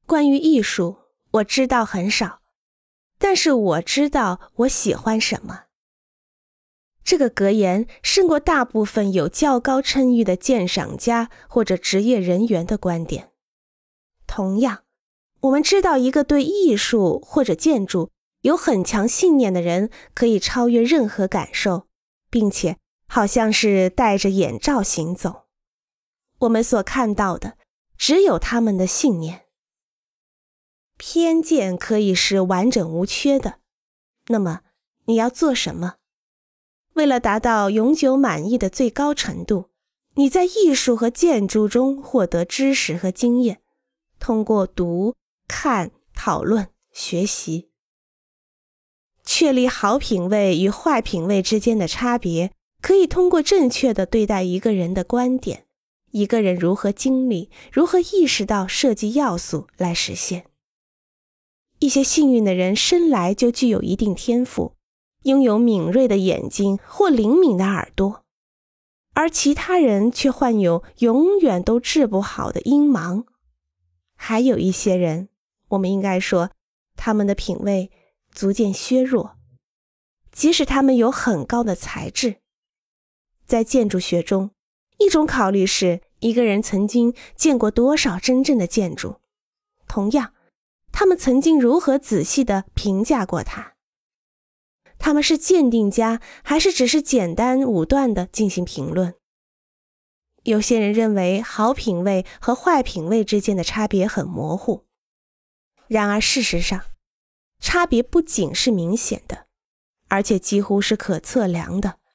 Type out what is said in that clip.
关于艺术，我知道很少，但是我知道我喜欢什么。这个格言胜过大部分有较高称誉的鉴赏家或者职业人员的观点。同样，我们知道一个对艺术或者建筑有很强信念的人可以超越任何感受，并且好像是戴着眼罩行走。我们所看到的只有他们的信念。偏见可以是完整无缺的，那么你要做什么？为了达到永久满意的最高程度，你在艺术和建筑中获得知识和经验，通过读、看、讨论、学习。确立好品味与坏品味之间的差别，可以通过正确地对待一个人的观点，一个人如何经历、如何意识到设计要素来实现。一些幸运的人生来就具有一定天赋，拥有敏锐的眼睛或灵敏的耳朵，而其他人却患有永远都治不好的阴盲。还有一些人，我们应该说，他们的品味逐渐削弱，即使他们有很高的才智。在建筑学中，一种考虑是一个人曾经见过多少真正的建筑，同样，他们曾经如何仔细地评价过它。他们是鉴定家，还是只是简单武断地进行评论？有些人认为好品味和坏品味之间的差别很模糊，然而事实上，差别不仅是明显的，而且几乎是可测量的。